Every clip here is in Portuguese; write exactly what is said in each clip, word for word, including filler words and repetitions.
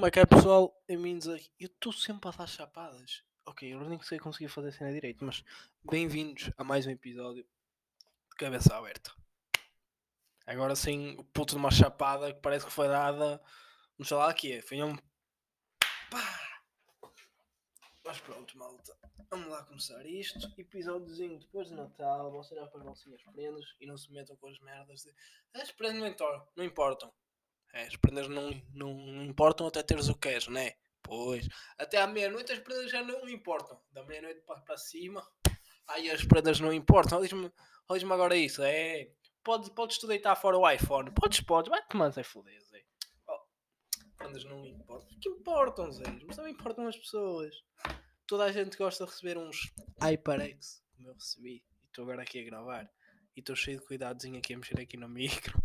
é que é, pessoal? Bem-vindos aqui. Eu estou sempre a dar chapadas. Ok, eu nem sei conseguir fazer a cena direito, mas bem-vindos a mais um episódio de Cabeça Aberta. Agora sim, o puto de uma chapada que parece que foi dada. Não sei lá o que é. Foi um. Pá! Mas pronto, malta. Vamos lá começar isto. Episódiozinho depois de Natal. Vocês já pagam assim as prendas e não se metam com as merdas de. As prendas não importam. Não importam. É, as prendas não, não, não importam até teres o que queres, né? Pois. Até à meia-noite as prendas já não importam. Da meia-noite para, para cima. Aí as prendas não importam. Diz-me diz agora isso. É. Podes, podes tu deitar fora o iPhone. Podes, podes. Vai tomar Zé foder, Zé. Oh, prendas não importam. O que importam, Zé? Mas também importam as pessoas. Toda a gente gosta de receber uns HyperX, como eu recebi. E estou agora aqui a gravar. E estou cheio de cuidadozinho aqui a mexer aqui no micro.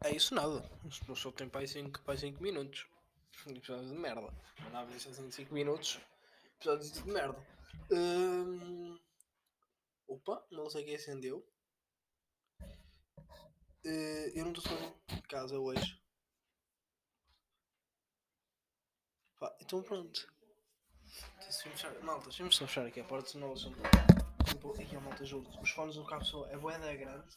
É isso nada. No show tem para cinco minutos. Episódios de merda. Mandava isso assim cinco minutos. Episódios de merda. Hum, Opa, não sei quem acendeu. Uh, eu não estou sozinho em casa hoje. Pá, então pronto. Deixa-me fechar. Malta, deixa-me só fechar aqui a porta, senão eles são. Aqui a malta, juro. Os fones do cabo são. É boa da grande.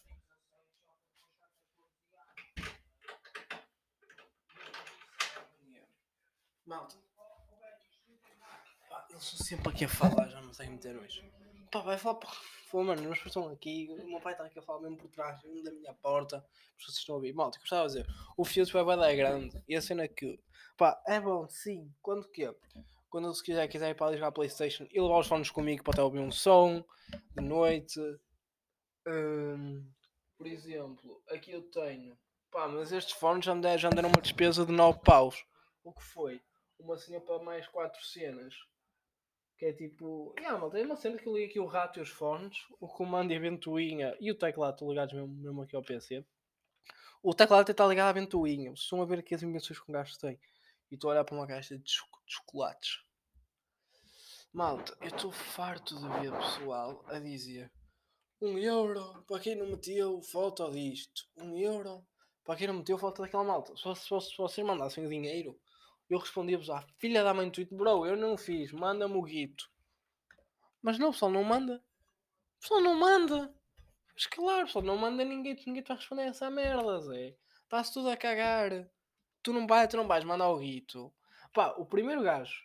Malta. Pá, eles estão sempre aqui a falar, já não sei meter hoje. Pá, vai falar. Pô, mano, nós estão aqui. O meu pai está aqui a falar mesmo por trás da minha porta. As pessoas estão a ouvir. Malta, gostava de dizer. O Fiat vai boa da grande. E a cena é que. Pá, é bom, sim. Quando que é? Quando se quiser, quiser ir para ali jogar a Playstation e levar os fones comigo para até ouvir um som de noite. Hum, por exemplo, aqui eu tenho. Pá, mas estes fones já me deram, já me deram uma despesa de nove paus. O que foi? Uma cena para mais quatro cenas. Que é tipo. Yeah, malta, é uma cena que eu ligo aqui o rato e os fones, o comando e a ventoinha e o teclado estão ligados mesmo, mesmo aqui ao P C. O teclado até está ligado à ventoinha. Vocês estão a ver aqui as invenções que um gajo tem. E estou a olhar para uma caixa de, choc de chocolates. Malta, eu estou farto de ver pessoal a dizer um euro para quem não meteu foto disto. Um euro para quem não meteu foto daquela malta. Só se, só, se vocês mandassem o dinheiro, eu respondia-vos à filha da mãe do tweet, bro, eu não fiz, manda-me o guito. Mas não, o pessoal não manda. O pessoal não manda. Mas claro, o pessoal não manda ninguém, ninguém te vai responder essa merda, Zé. Está-se tudo a cagar. Tu não vais, tu não vais mandar o guito. Pá, o primeiro gajo.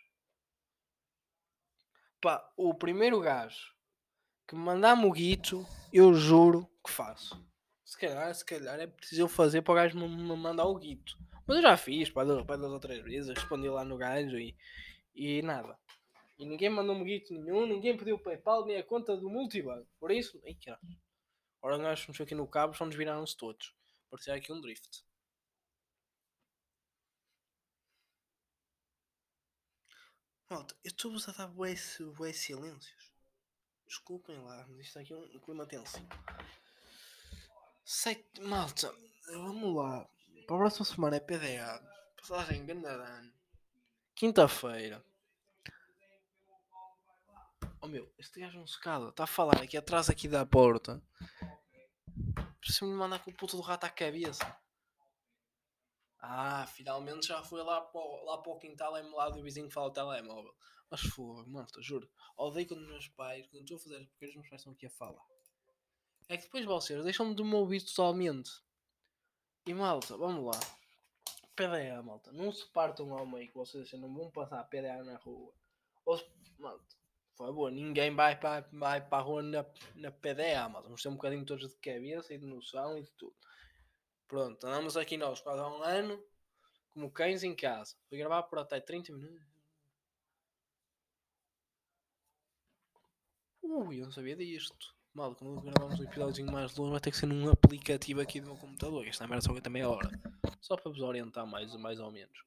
Pá, o primeiro gajo que me mandar-me o guito, eu juro que faço. Se calhar, se calhar é preciso eu fazer para o gajo me, me mandar o guito. Mas eu já fiz, para duas, para duas ou três vezes, respondi lá no gajo e, e nada. E ninguém mandou-me guito nenhum, ninguém pediu o PayPal nem a conta do multibanco. Por isso, ai, que agora nós mexemos aqui no cabo, só nos viraram-se todos. Parecia aqui um drift. Malta, eu estou-vos a dar bué silêncios. Desculpem lá, mas isto aqui é um clima tenso. Sei, malta, vamos lá. Para a próxima semana é P D A. Passagem Gandarano. Quinta-feira. Oh meu, este gajo não se cala. Está a falar aqui atrás aqui da porta. Preciso-me mandar com o puto do rato à cabeça. Ah, finalmente já foi lá para o, lá para o quintal emulado do vizinho que fala o telemóvel. Mas fogo, malta, juro. Odeio quando os meus pais, quando estou a fazer porque os meus pais estão aqui a falar. É que depois vocês deixam-me de me ouvir totalmente. E malta, vamos lá. P D A, malta. Não se partam ao meio que vocês assim, não vão passar P D A na rua. Ou se, malta, por favor, ninguém vai para, vai para a rua na, na P D A, malta. Vamos ter um bocadinho todos de cabeça e de noção e de tudo. Pronto, andamos aqui nós quase há um ano, como cães em casa. Fui gravar por até trinta minutos. Ui, eu não sabia disto. Mal, quando gravamos um episódio mais longo, vai ter que ser num aplicativo aqui do meu computador. Esta merda só aguenta meia hora. Só para vos orientar mais, mais ou menos.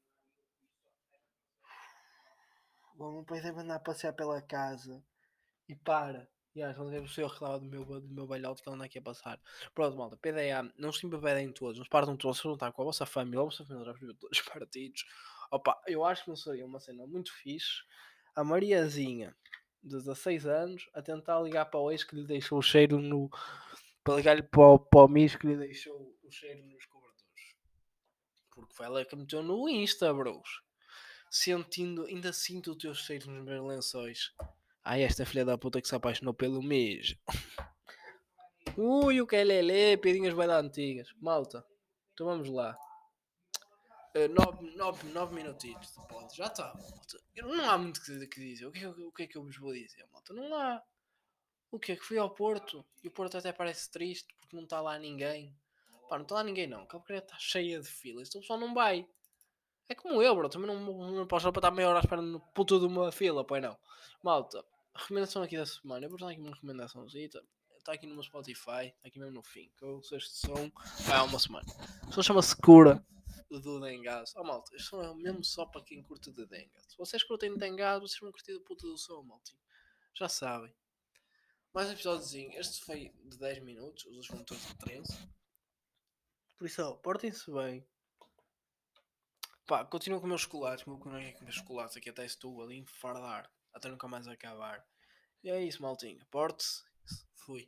Bom, meu pai deve andar a passear pela casa e para. E acho que deve ser o reclamar do meu, do meu balhote que ele anda aqui a passar. Pronto, malta, P D A, não se embebedem todos, não se partam todos, se juntar com a vossa família, a vossa família já viu todos os partidos. Opa, eu acho que não seria uma cena muito fixe. A Mariazinha, de dezasseis anos, a tentar ligar para o ex que lhe deixou o cheiro no. Para ligar-lhe para o, para o Miss que lhe deixou o cheiro nos cobertores. Porque foi ela que meteu no Insta, bros. Sentindo, ainda sinto o teu cheiro nos meus lençóis. Ai, esta filha da puta que se apaixonou pelo Miss. Ui, o que é lelê, piadinhas bem antigas. Malta, então vamos lá. Uh, nove, nove, nove minutinhos de pod. Já está, malta. Não há muito que, que dizer. O que, é, o que é que eu vos vou dizer, malta? Não há. O que é que fui ao Porto? E o Porto até parece triste porque não está lá ninguém. Pá, não está lá ninguém não. A Alcatrão está cheia de filas. Então o pessoal não vai. É como eu, bro. Também não, não posso para estar meia hora à espera no puto de uma fila, pois não. Malta, recomendação aqui da semana. Eu vou dar aqui uma recomendaçãozinha. Está aqui no meu Spotify. Está aqui mesmo no fim. Que eu sei este som. Vai há uma semana. O som chama-se Cura. Do Dengas. Oh malta, este som é mesmo só para quem curte de Dengas. Se vocês curtem de Dengas, vocês vão curtir do puto do som, malta. Já sabem. Mais um episódiozinho. Este foi de dez minutos. Os outros foram todos de treze. Por isso, ó, portem-se bem. Pá, continuo com os meus chocolates. O meu colega com meus chocolates aqui até estou ali a enfardar. Até nunca mais acabar. E é isso, maltinha. Porte-se. Fui.